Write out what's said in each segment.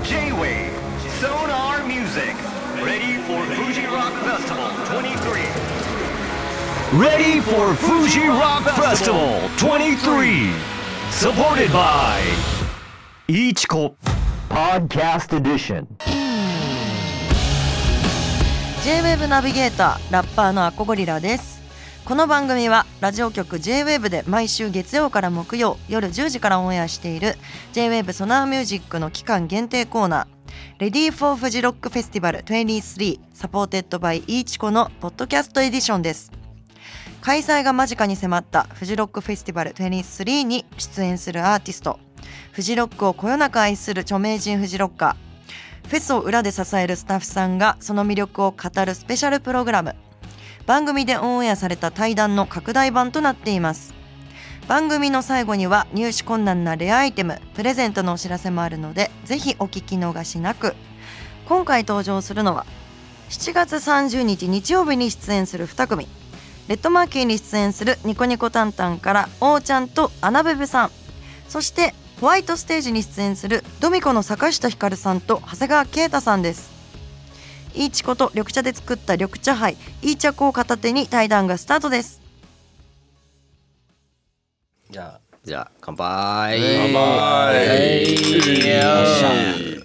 J-Wave Sonar Music Ready for Fuji Rock Festival 23 Ready for Fuji Rock Festival 23 Supported by Ichiko Podcast Edition J-Wave ナビゲーターラッパーのアコゴリラです。この番組はラジオ局 J-Wave で毎週月曜から木曜夜10時からオンエアしている J-Wave ソナーミュージックの期間限定コーナー Ready for Fuji Rock Festival 23 Supported by Ichiko のポッドキャストエディションです。開催が間近に迫ったフジロックフェスティバル23に出演するアーティスト、フジロックをこよなく愛する著名人フジロッカー、フェスを裏で支えるスタッフさんがその魅力を語るスペシャルプログラム、番組でオンエアされた対談の拡大版となっています。番組の最後には入手困難なレアアイテム、プレゼントのお知らせもあるのでぜひお聞き逃しなく。今回登場するのは7月30日日曜日に出演する2組、レッドマーキーに出演するニコニコタンタンからおーちゃんとアナベベさん、そしてホワイトステージに出演するドミコの坂下ひかるさんと長谷川啓太さんです。イーチコと緑茶で作った緑茶杯イーチャコを片手に対談がスタートです。 じゃあ乾杯。 乾杯。よっしゃ。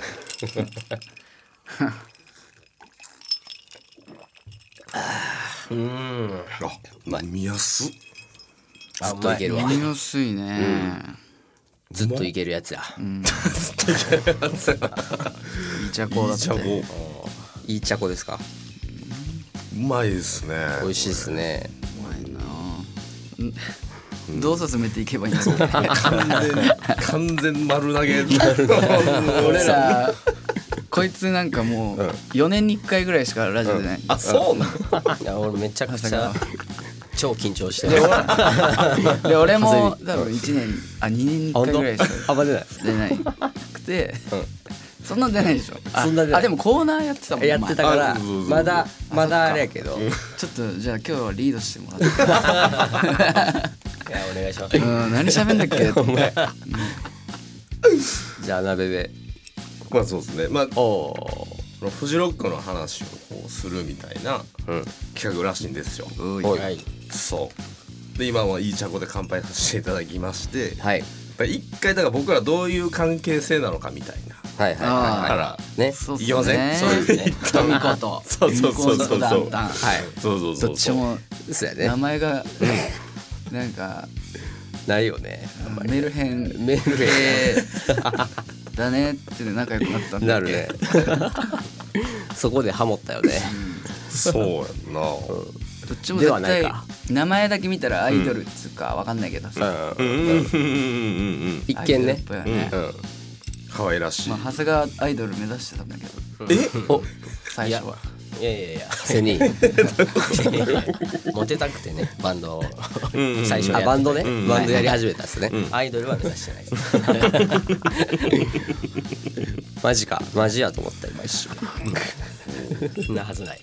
飲みやす。 ずっといけるわ。 飲みやすいね。 ずっといけるやつや。 いい茶こだって。 いい茶子ですか。 うまいですね。 美味しいですね。 うまいな。どう進めていけばいいんだろう。 完全丸投げ。 俺らこいつなんかもう4年に1回ぐらいしかラジオでない。 あ、そうなの。 いや俺めちゃくちゃ超緊張してでる。 俺も多分2年に1回ぐらいしかあんま出ない。 出ないくて、そんな出ないでしょ。 そんな出ないあでもコーナーやってたもん。 やってたからあそうそうまだあれやけど。 ちょっとじゃあ今日はリードしてもらって。 いやお願いします。 何喋んだっけと思って。 じゃあなべべ。 まあそうですね。まあおフジロックの話をこうするみたいな企画らしいんですよ。 はいそうで今はいい茶子で乾杯させていただきまして、 はいやっぱり一回だから僕らどういう関係性なのかみたいなはいはいあはからいね。 そうっすね。 いけませんそうですね。 トミコとそうそうそうそうニコとダンタンそうどっちもそうやね名。前がなんかないよね。 メルヘンメールでだねって仲良くなったんだっけ。 なるね。そこでハモったよね。 そうやんな。 どっちもでは絶対ないか名前だけ見たらアイドルっつうかわかんないけどさ、 一見ね。 アイドルっぽいよね。 可愛らしい。 まあ長谷川アイドル目指してたんだけどお最初は。 いやセニモテたくてねバンドを最初やってバンドねバンドやり始めたっすね。アイドルは目指してないマジかマジやと思った今一瞬なはずない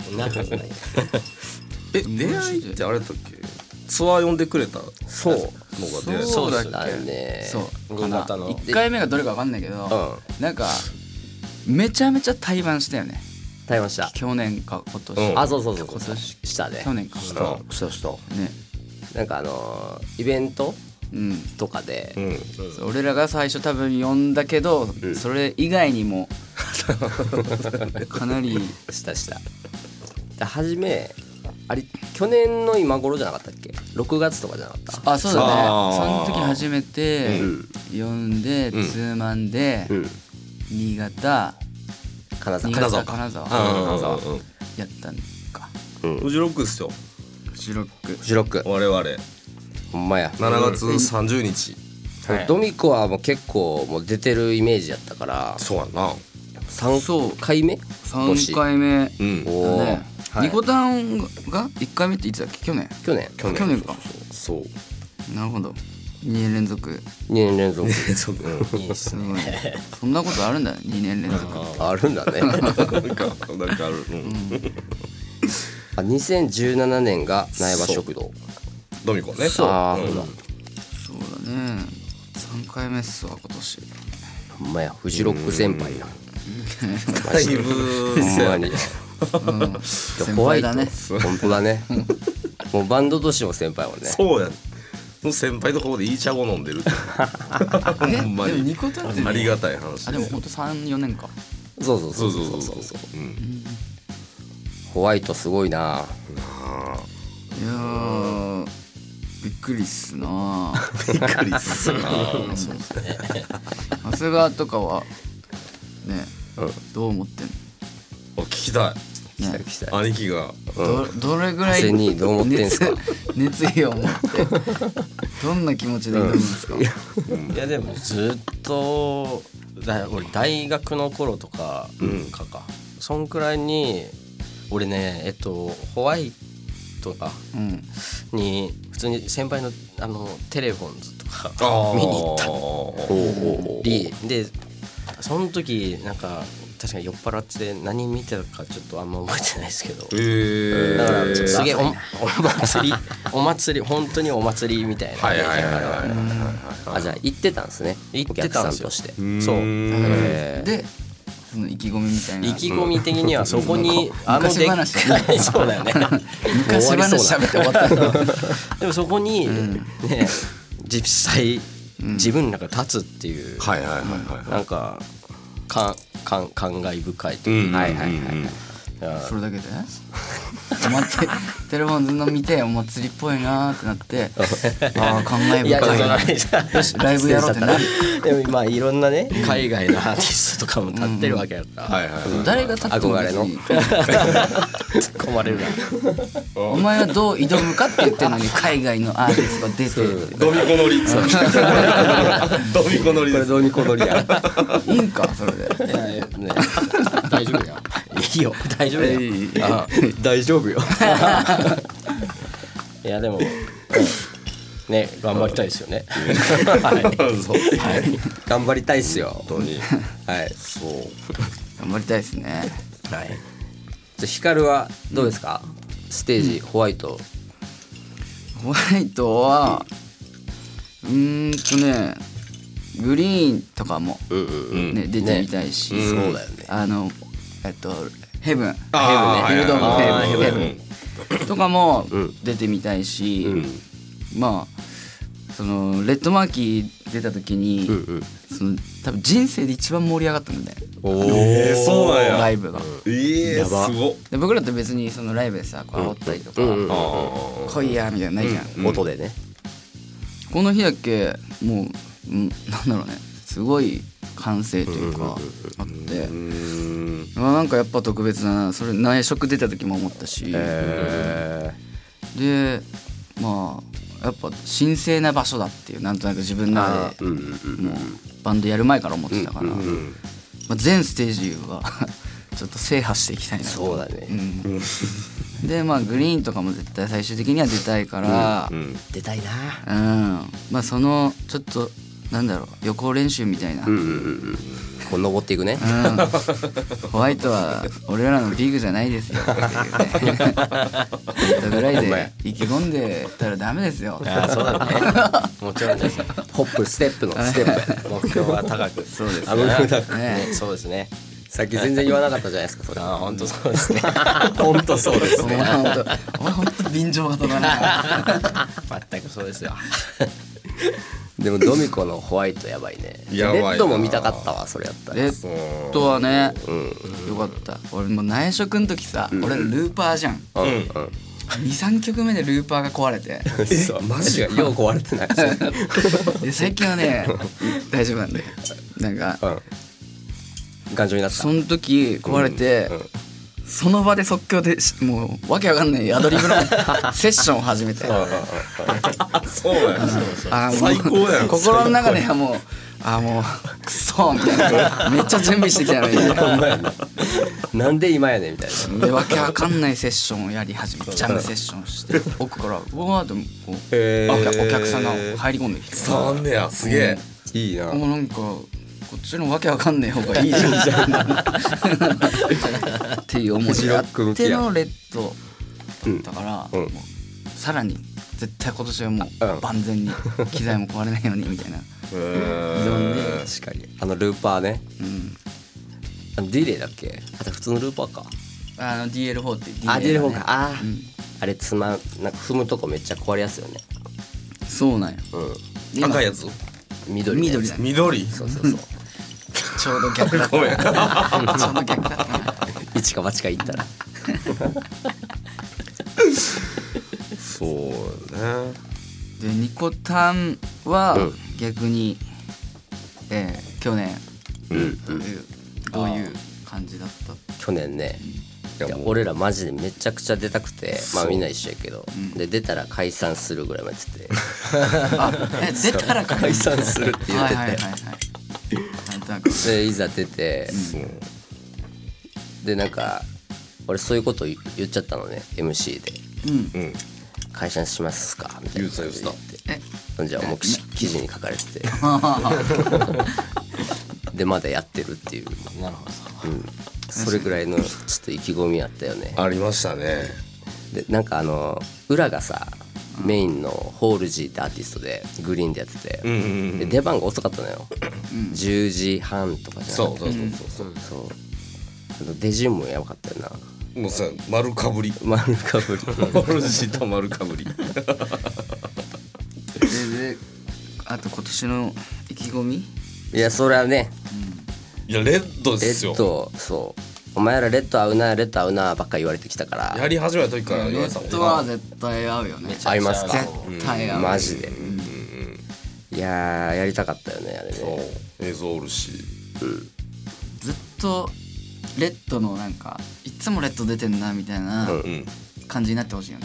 出会いってあれだっけ？ツアー呼んでくれたそうのが出会い。 そうだっだけね。 そう新潟の 1回目がどれかわかんないけどなんかめちゃめちゃ対バンしたよね。 食べました。 去年か今年。 あそう今年したね。 去年か。 したね。 なんかイベントうん。 とかでそう俺らが最初多分呼んだけど、それ以外にもかなりしたで初めあれ去年の今頃じゃなかったっけ？6月とかじゃなかった？ あそうだね。 あーその時初めて呼んで、ツーマンで、新潟金沢金沢やったんか。 フジロックっすよ。 フジロック。 フジロック我々 ほんまや。 7月30日。 ドミコはもう結構もう出てるイメージやったからそうやな。 3回目 3回目だおーね。ニコタンが1回目っていつだっけ？去年去年去年か。 そうなるほど。2年連続。 2年連続いいっすね。そんなことあるんだね。2年連続。 あるんだね。 なんかある。 あ2017年が苗場食堂。 ドミコね。 あーそうだそうだね。3回目っすわ今年。 ほんまやフジロック先輩や。 だいぶほんまに先ホワイト輩だね。 本当だねもうバンドとしても先輩もんねそうやね。その先輩の方でいい茶を飲んでるってほんまでもにニコタンってありがたい話あでもほんと3、4年か。 そうそうそそううそうそうそううんホワイトすごいな。 いやーびっくりっすな。 びっくりするな長谷川とかはね、どう思ってんあ聞きたいの、ね、 聞きたい兄貴がどれぐらい長谷にどう思ってんすか熱意を持ってどんな気持ちで挑むんですか、 いやでもずっと俺大学の頃とかかそんくらいに俺ねホワイトかうんに普通に先輩のテレフォンズとかあ見に行ったりでその時なんか確かに酔っ払って何見てたかちょっとあんま覚えてないですけどだからちょっとすげえお祭り本当にお祭りみたいなはいはいはいはいあじゃあ行ってたんですね行ってたんですよお客さんとしてそうでその意気込みみたいな意気込み的にはそこに昔話でっかいそうだよね昔話喋って終わったのでもそこにね実際自分らが立つっていうはいはいはいはいなんか感慨深いというかはいはいはいそれだけでお祭りテレフォンズの見てお祭りっぽいなーってなってああ感慨深いなよしライブやろうってなるでもまあいろんなね海外のアーティストとかも立ってるわけやからはいはい誰が立っても憧れの別に突っ込まれるなお前はどう挑むかって言ってるのに海外のアーティストが出てってドミコ乗りドミコ乗りですどうにこのりやいいんかそれでいやいやね大丈夫やいいよ大丈夫やあ大丈夫よいやでもね頑張りたいですよねはい頑張りたいっすよ本当にはいそう頑張りたいですねはいじゃあヒカルはどうですかステージホワイトホワイトはねグリーンとかもね出てみたいしそうだよねヘブンあーフィールド・オブ・はいはいはいヘブンとかも出てみたいしまあそのレッドマーキー出た時にその多分人生で一番盛り上がったんだよそうなんやライブがすごっで僕らって別にそのライブでさこう煽ったりとか来いやみたいなのないじゃん音でねこの日だけもうなんだろうねすごい歓声というかあってなんかやっぱ特別だなそれ内職出た時も思ったしでまあやっぱ神聖な場所だっていうなんとなく自分の中でもうバンドやる前から思ってたから、まあ、全ステージはちょっと制覇していきたいなとそうだねでまあグリーンとかも絶対最終的には出たいから、 出たいなまあそのちょっとなんだろう予行練習みたいな、 こう登っていくねホワイトは俺らのビッグじゃないですよっていうねぐらいで意気込んでたらダメですよあそうだねもちろんねホップステップのステップ目標は高くそうですねそうですねさっき全然言わなかったじゃないですかそれあ本当そうですね本当そうですねお前ほんと便乗型だな全くそうですよでもドミコのホワイトやばいねやばいなレッドも見たかったわそれやったらレッドはねよかった俺もう内職の時さ俺ルーパーじゃん23曲目でルーパーが壊れてマジがよう壊れてないで最近はね大丈夫なんでなんか頑丈になったその時壊れてその場で即興でもうわけわかんないアドリブのセッションを始めてそうや最高やん心の中ではもうもうクソみたいなめっちゃ準備してきたのになんで今やねんみたいなでわけわかんないセッションをやり始めてジャムセッションして奥からうわーってこうお客さんが入り込んできて触んねやすげえいいなもうなんかこっちのわけわかんない方がいいじゃんっていう思いであってのレッドだからもうさらに絶対今年はもう万全に機材も壊れないようにみたいな確かにルーパーねディレイだっけ？あと普通のルーパーか。 DL4 ってあ、ディレイの方か。 ああれなんか踏むとこめっちゃ壊れやすいよね。 そうなんや。 うん。 赤いやつ緑のやつ。 緑だね。 緑そうそうそう。 ちょうど逆だった。 ごめんちょうど逆だったな。 一か八か言ったら。 そうね。 でニコタンは逆に、去年、どういう感じだった？ 去年ね。 いやもう俺らマジでめちゃくちゃ出たくて、まあみんな一緒やけど、で出たら解散するぐらいまで言ってて、 あ、出たら解散するって言ってて、 はいはいはいはい。なんとなくでいざ出て、でなんか俺そういうこと言っちゃったのね MC で、 うん。 解散しますかみたいな言うてたほんじゃ重く記事に書かれててでまだやってるっていう、 なるほど。 それぐらいのちょっと意気込みあったよね。 ありましたね。 でなんか裏がさメインのホール G ってアーティストでグリーンでやってて、で出番が遅かったのよ、10時半とかじゃなくて、そうデジもやばかったよな。 もうさ丸かぶり。 丸かぶりホルジと丸かぶり。 であと今年の意気込み？ いやそれはね、 いやレッドですよ。 そうお前らレッド合うなレッド合うなばっか言われてきたからやり始めた時からレ言われたもんッドは絶対合うよね。 合いますか？ 絶対合う。 マジで、いやーやりたかったよねあれそうね。 映像おるし。 ずっとレッドのなんかいつもレッド出てんなみたいなうん。 感じになってほしいよね。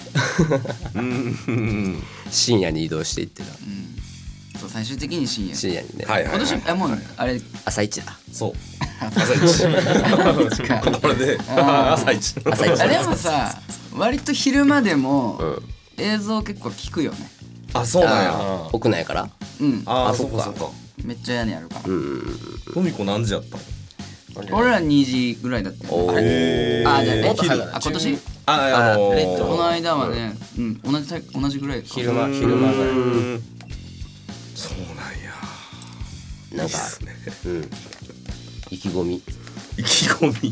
深夜に移動していってた。 そう最終的に深夜。 深夜にね、 はいはいはい。 今年もうあれ朝一だ。 そう。朝一。これで朝一。 朝一あでもさ割と昼間でも映像結構聞くよね。 あそうなんや。 屋内からうんあそっかそっか。 めっちゃ屋根あるから。 ふみこ何時やったの？ 俺ら2時ぐらいだったよね。あれあじゃあレッド今年レッドこの間はね同じぐらいか。 昼間ぐらいそうなんや。 なんか意気込み意気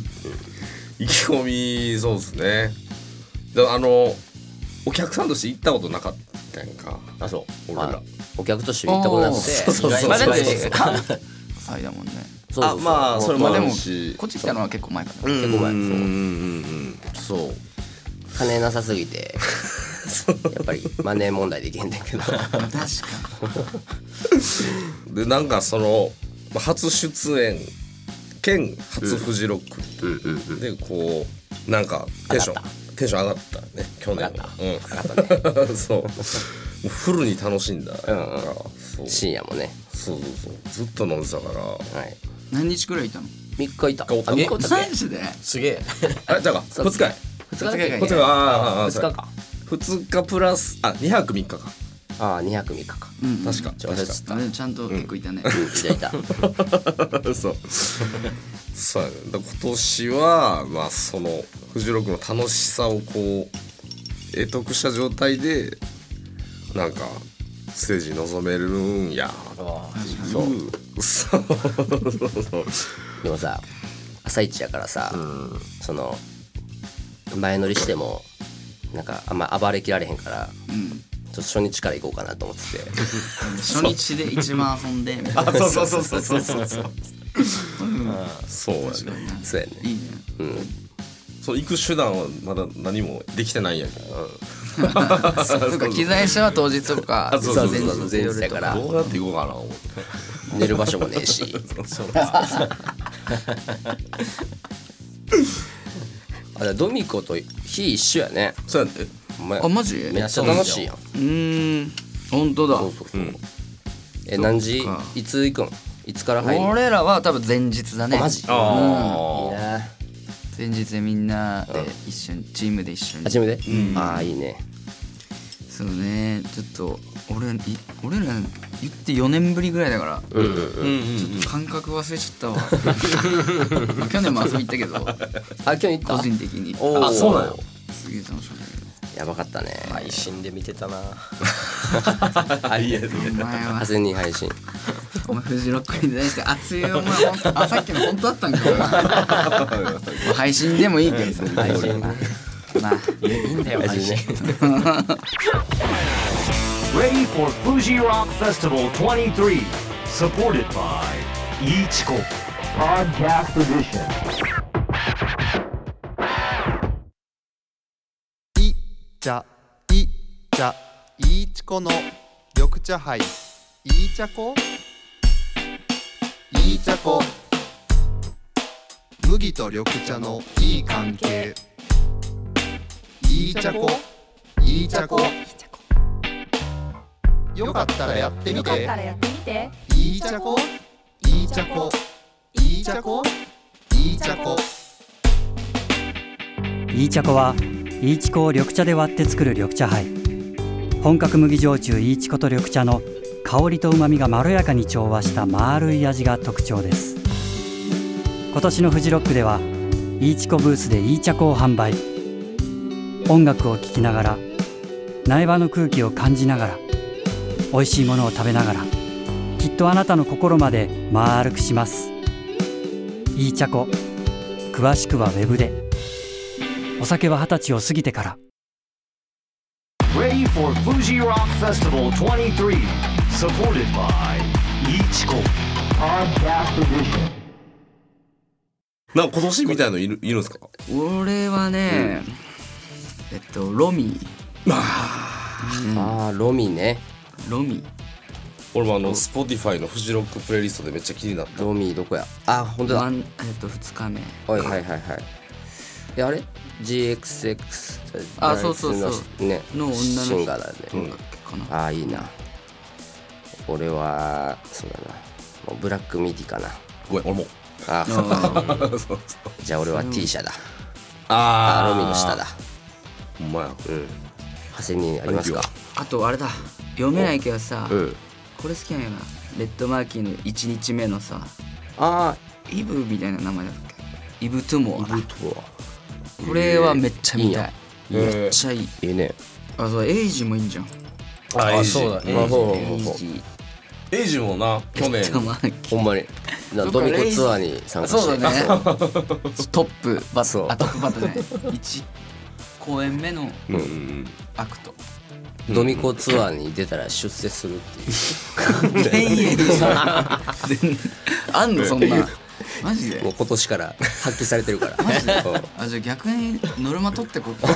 込みそうですね。でお客さんとして行ったことなかったやんか。 あそう俺らお客として行ったことなくて、 そうまあでも意外と関西だもんね。 そうそうそうまあそれもあまあでもるし。 こっち来たのは結構前かな。 結構前そう。 金なさすぎてやっぱりマネー問題でいけんねんけど確かでなんか初出演兼初フジロックでこうなんかテンション上がったね去年は。 上がったねそうもうフルに楽しんだからそう深夜もね、 そうずっと飲んでたからはい何日くらいいたの？ 3日いた。あおった 3日いたっけ？ マジで？ すげえ。 あじゃあ2日や 2日だっけ？ 二日 2日か。 2日プラス2泊3日かああ2泊3日か。 確か忘れてた。 あでもちゃんと結構いたね。 いたそうやね。だから今年はまあフジロックの楽しさをこう得得した状態でなんかステージに臨めるんやそうでもさ朝一やからさ、前乗りしてもなんかあんま暴れきられへんから、ちょっと初日から行こうかなと思ってて初日で一番遊んでみたいな。 そうそうやね。 そうやね。 いいね。 そう行く手段はまだ何もできてないんやけどそうか機材車は当日とかそう前日やからどうやって行こうかな思って寝る場所もねえしあドミコと日一緒やね。 そうやね。 お前あマジ？ めっちゃ楽しいやん。 本当だ。 そう何時そっかいつ行くん？いつから入るの？ 俺らは多分前日だね。 マジ？いいあな。 前日でみんなで一緒にチームで一緒に。 初めで？ああいいね。 そうねちょっと俺ら言って4年ぶりぐらいだからちょっと感覚忘れちゃったわ。去年も遊び行ったけどあ今日行った？ 個人的にあそうなの？ すげえ楽しかったけどやばかったね。 配信で見てたな。 ありお前は 8000人配信。 お前フジロックに対して熱いお前ほんとさっきの本当だったんかお前もう配信でもいいけどさ配信まあいいんだよ配信 Ready for Fuji Rock Festival 23. Supported by Ichiko Podcast Edition. いちこの緑茶杯いちゃこ麦と緑茶のいい関係いいちゃこよかったらやってみていいちゃこいいちゃこいいちゃこいいちゃこいいちゃこはいいちこを緑茶で割って作る緑茶杯。本格麦焼酎いいちこと緑茶の香りとうまみがまろやかに調和した丸い味が特徴です。今年のフジロックではいいちこブースでいいちゃこを販売。音楽を聴きながら苗場の空気を感じながら美味しいものを食べながらきっとあなたの心まで丸くします。いいちゃこ、詳しくはウェブで。お酒は20歳を過ぎてから。 Ready for Fuji Rock Festival 23. Supported by Ichiko Podcast Edition. なんか今年みたいのいるんですか？ 俺はね、ロミロミね。 俺もSpotify のフジロックプレイリストでめっちゃ気になった。 ロミどこや？あ、本当だ。 2日目はいあれ GXX そうねの女のシンガーだね。 かな。 あ、いいな。俺はそうだな、もうブラックミディかな。 ごめん俺も。 あそうじゃあ俺は T 社だ。ロミの下だ。 ほんまや。 長谷にありますか？ あとあれだ、読めないけどさ、 うん。 これ好きなんやな。レッドマーキーの1日目のさ、 あイブみたいな名前だっけ？イブトゥモア。 ー、 これはめっちゃ見たい。 いいやんめっちゃいい。 いいね。 あ、そう、エイジもいいんじゃん。 そうだ。 エイジ。 エイジもな去年ほんまにドミコツアーに参加して。 そうだね。トップバそうトね。1公演目のアクト。 ドミコツアーに出たら出世するっていう。 あんのそんな。マジで？ もう今年から発揮されてるから。 マジで？あ、じゃあ逆にノルマ取ってここ。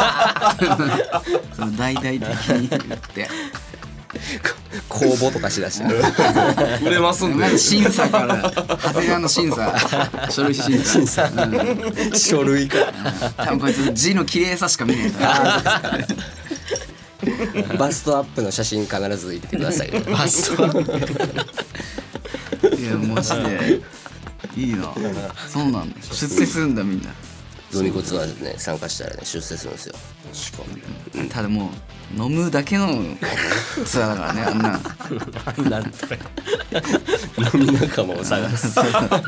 その大々的に言って公募とかしだして売れますんで。 まず審査から長谷川の審査、書類審査、 書類から多分こいつ字の綺麗さしか見ないからバストアップの写真必ず入れてください。 バストアップいやマジでいいな。そうなんだ。出世するんだみんな。 ドミコツアーでね参加したらね出世するんですよ。 ただもう飲むだけのツアーだからね、あんななんだ飲み仲間を探す。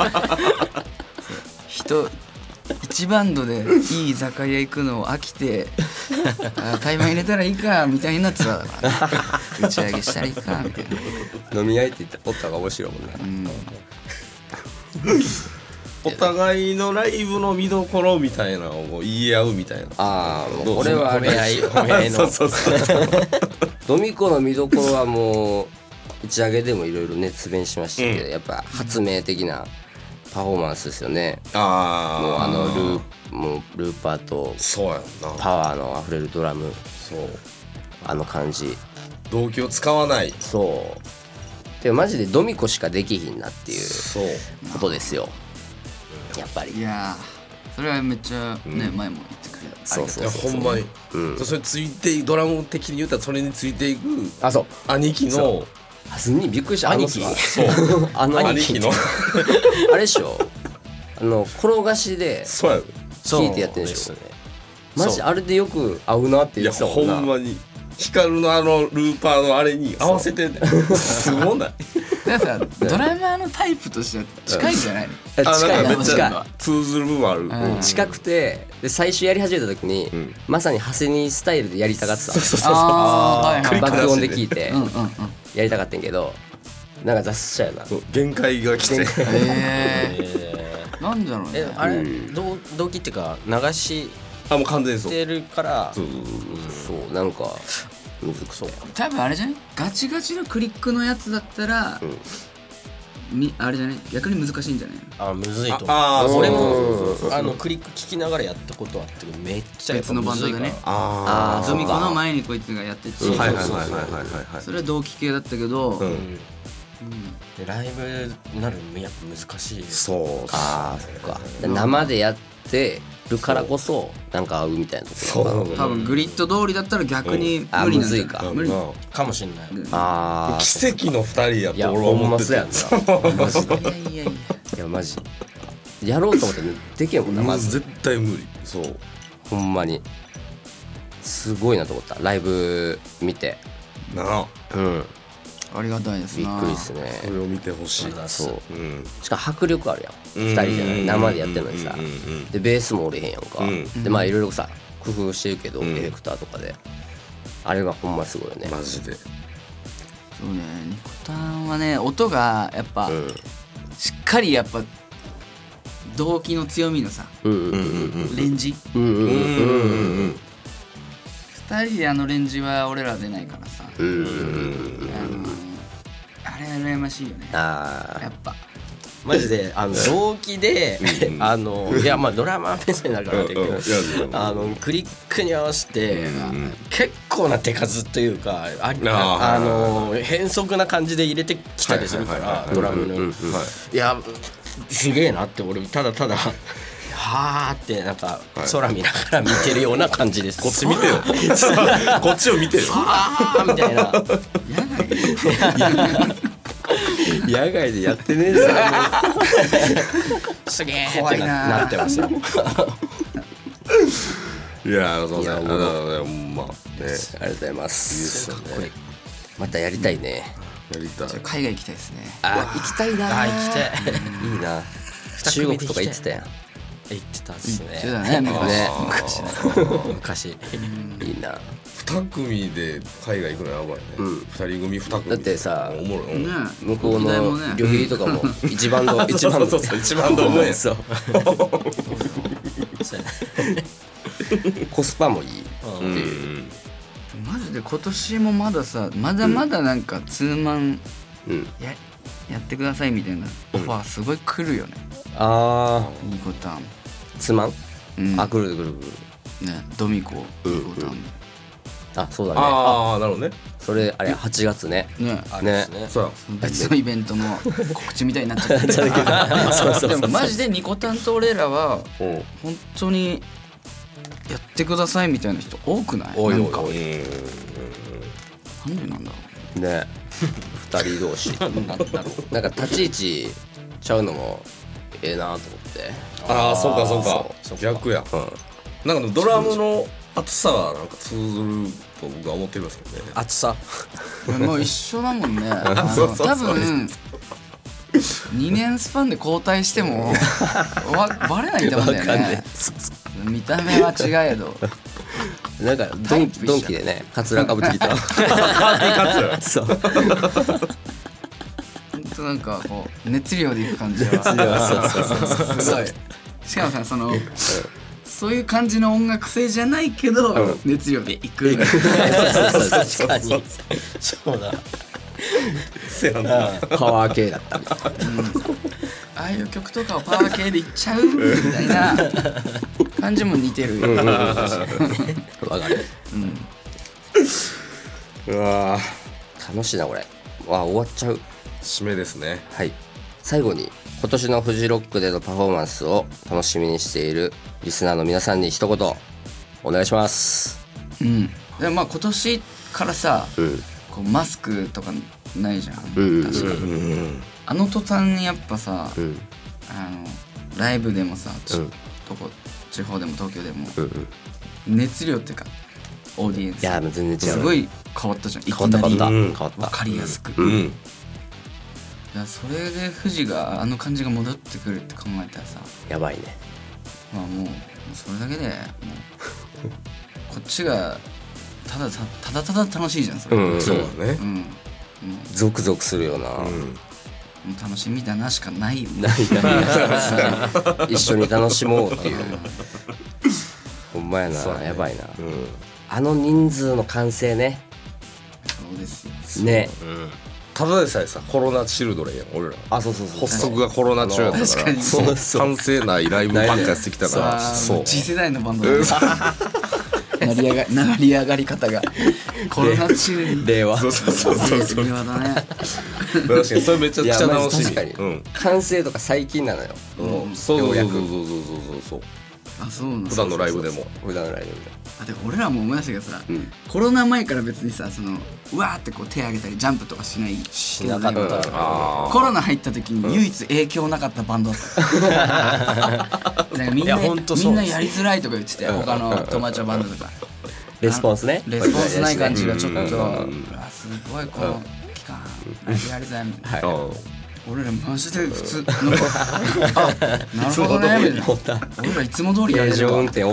人1バンドでいい居酒屋行くのを飽きて台湾入れたらいいかみたいなツアーだからね。打ち上げしたらいいかみたいな。 飲み合いって言っておった方が面白いもんね。 お互いのライブの見どころみたいなのを言い合うみたいな。 ああ、もうこれは褒め合いの。そうドミコの見どころはもう打ち上げでもいろいろ熱弁しましたけど、やっぱ発明的なパフォーマンスですよね。もうルーパーとそうやな、 パワーのあふれるドラム、 そうあの感じ、 動機を使わない。 そうでもマジでドミコしかできひんなっていうことですよ。やっぱりいやそれはめっちゃね、前も言ってくれた。 そうほんまに、それついてドラム的に言ったらそれについていく兄貴のびっくりした。 兄貴兄貴のあれでしょ、転がしで弾いてやってるでしょ。マジあれでよく合うなって言ってたもんな。 ほんまにヒカルのルーパーのあれに合わせてすごない？ だからさ、ドラマーのタイプとしては近いんじゃないの？ 近いな。 めっちゃ通ずる部分ある。 近くて、で最初やり始めた時にまさに長谷にスタイルでやりたがってた。 そう爆音で聞いてやりたかったんけど、 なんか雑誌やな。 そう限界が来てなんだろうね。 あれ動機っていうか流しもう完全にそうてるからそうなんかむずくそう。 多分あれじゃない？ガチガチのクリックのやつだったら、あれじゃない？逆に難しいんじゃないの？ むずいとあ思う。俺もクリック聞きながらやったことあってめっちゃやっぱ別のバンドでね。ドミコの前にこいつがやってて、それは同期系だったけど、 でライブになるのやっぱ難しい。 そうああそっか。生でやってるからこそなんか合うみたいなところかな。 多分グリッド通りだったら逆に無理なんじゃない？ むずいか。 無理かもしんない。 ああ奇跡の2人やいやと俺はほん思っててまそうやんな。マジで。 いやいやマジやろうと思ってできへんもんなまず。 絶対無理。そうほんまにすごいなと思った。ライブ見てなあありがたいですな。 びっくりですね。 これを見てほしい。 そうしかも迫力あるやん2人じゃない生でやってるのにさ。でベースもおれへんやんか。でまあいろいろさ工夫してるけどエフェクターとかであれがほんますごいよねマジで。 そうね、ニコタンはね音がやっぱしっかりやっぱ動機の強みのさレンジ2人でレンジは俺ら出ないからさあれ羨ましいよねやっぱマジで動機でいやまあドラマー目線だからだけどクリックに合わせて結構な手数というか変則な感じで入れてきたりするからドラムのいやすげえなって俺ただただはーってなんか空見ながら見てるような感じです。 こっち見てよこっちを見てよあーみたいな野外でやってねえぞすげえってなってますよ。 いやそうねほんまねありがとうございますかっこいい。 またやりたいね。 やりたい。 海外行きたいですね。 行きたいな。 行きたい。 いいな。中国とか行ってたやん。 行ってたですね。 そうだね昔。 いいな。 2組で海外行くのやばいね。2人組2組。 だってさ、 おもろい。 向こうの旅費とかも一番の一番の思い。 そう。コスパもいいっていう。 マジで今年もまださまだまだなんかツーマンやってくださいみたいなオファーすごい来るよね。 あニコタンツーマン？あ、来るね、ドミコニコタン。 あ、そうだね。 ああ、なるほどね。 それあれ8月ね。 ね。 そうや。 別のイベントの告知みたいになっちゃってるけど。でもマジでニコタンと俺らは本当にやってくださいみたいな人多くない？ 多い。 なんでなんだろう。ね。2人同士。なんか立ち位置ちゃうのもええなと思って。 ああ、そうかそうか。逆や。なんかドラムの厚さはなんか通ずると僕は思ってますけどね。 厚さもう一緒だもんね。多分2年スパンで交代してもバレないと思うんだよね。見た目は違えどなんかドンキでねカツラかぶってきた。そう。本当なんかこう熱量でいく感じはすごい。しかもさそういう感じの音楽性じゃないけど熱量でいく。 確かにそうだ。 パワー系だった。 ああいう曲とかをパワー系でいっちゃうみたいな感じも似てる。 わかる。 うわ楽しいなこれ。わ終わっちゃう。 締めですね。 はい。最後に今年のフジロックでのパフォーマンスを楽しみにしているリスナーの皆さんに一言お願いします。 でもまあ今年からさ、こうマスクとかないじゃん。確かに。あの途端にやっぱさ、ライブでもさ、地方でも東京でも、熱量っていうかオーディエンス。 いやもう全然違う。 すごい変わったじゃん。 変わった。 分かりやすく。それでフジがあの感じが戻ってくるって考えたらさ、 やばいね。 まあもうそれだけでもうこっちがただ楽しいじゃんそれ。 そうだね。 ゾクゾクするよな、 もう楽しみだなしかないよね。 一緒に楽しもうっていうほんまやな、やばいな、あの人数の完成ね。 そうですよね、 ただでさえさコロナチルドレンやん俺ら。 あ、そう発足がコロナ中やったから、完成ないライブばっかやってきたから、 そう次世代のバンドだね。成り上がり方がコロナ中に令和。 そう令和だね。 確かにそれめちゃくちゃ楽しみ。 確かに、完成とか最近なのよ。 そうあ、そうなん普段のライブでもあ、でも俺らも思い出したけどさ、コロナ前から別にさ、そのうわーってこう手上げたりジャンプとかしないしなかった。 コロナ入った時に唯一影響なかったバンドだった。みんなやりづらいとか言ってて、他の友達のバンドとかレスポンスね、 レスポンスない感じがちょっと、すごいこの期間やりづらいみたいな。俺らマジで普通なんかなるほどねみたいな。俺らいつも通りやれるわ。 運転おった。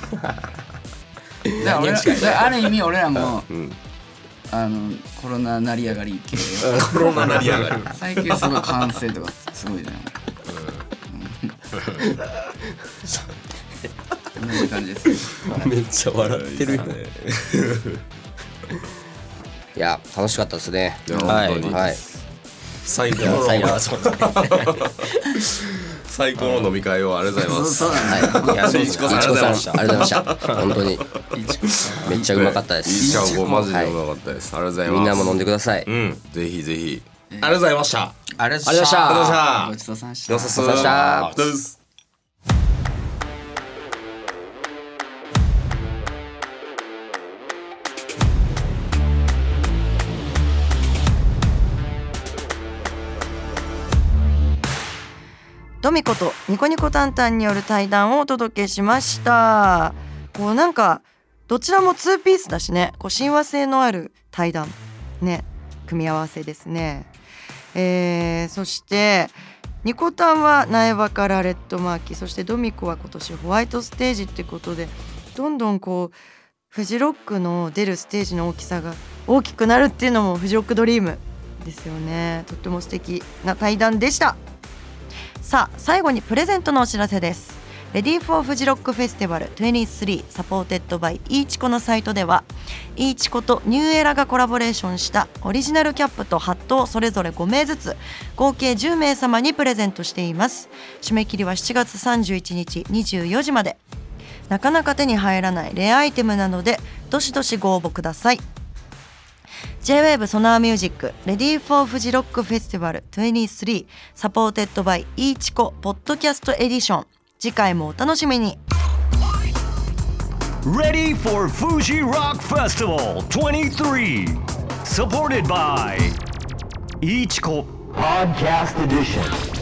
ある意味俺らもコロナ成り上がり系。 コロナ成り上がり。 最近すごい完成とかすごいね。こんな感じです。 めっちゃ笑ってるよね。いや楽しかったですね。はい。 最高の飲み会をありがとうございます。 そうなんだ。 いや、いちこさんありがとうございました。ありがとうございました。本当にめっちゃうまかったです。 いいちゃんこマジでうまかったです。ありがとうございます。 みんなも飲んでください。 ぜひぜひ。ありがとうございました。 ありがとうございました。 ごちそうさまでした。 ごちそうさまでした。 ドミコとニコニコタンタンによる対談をお届けしました。こうなんかどちらも2ピースだしね、こう親和性のある対談ね、組み合わせですね。そしてニコタンは苗場からレッドマーキー、そしてドミコは今年ホワイトステージってことで、どんどんこうフジロックの出るステージの大きさが大きくなるっていうのもフジロックドリームですよね。とっても素敵な対談でした。さあ最後にプレゼントのお知らせです。レディーフォーフジロックフェスティバル23サポーテッドバイイーチコのサイトでは、イーチコとニューエラがコラボレーションしたオリジナルキャップとハットをそれぞれ5名ずつ合計10名様にプレゼントしています。締め切りは7月31日24時まで。なかなか手に入らないレアアイテムなのでどしどしご応募ください。J-WAVE ソナーミュージックレディーフォーフジロックフェスティバル23サポーテッドバイイーチコポッドキャストエディション、次回もお楽しみに。 Ready for Fuji Rock Festival 23 Supported by Ichiko Podcast Edition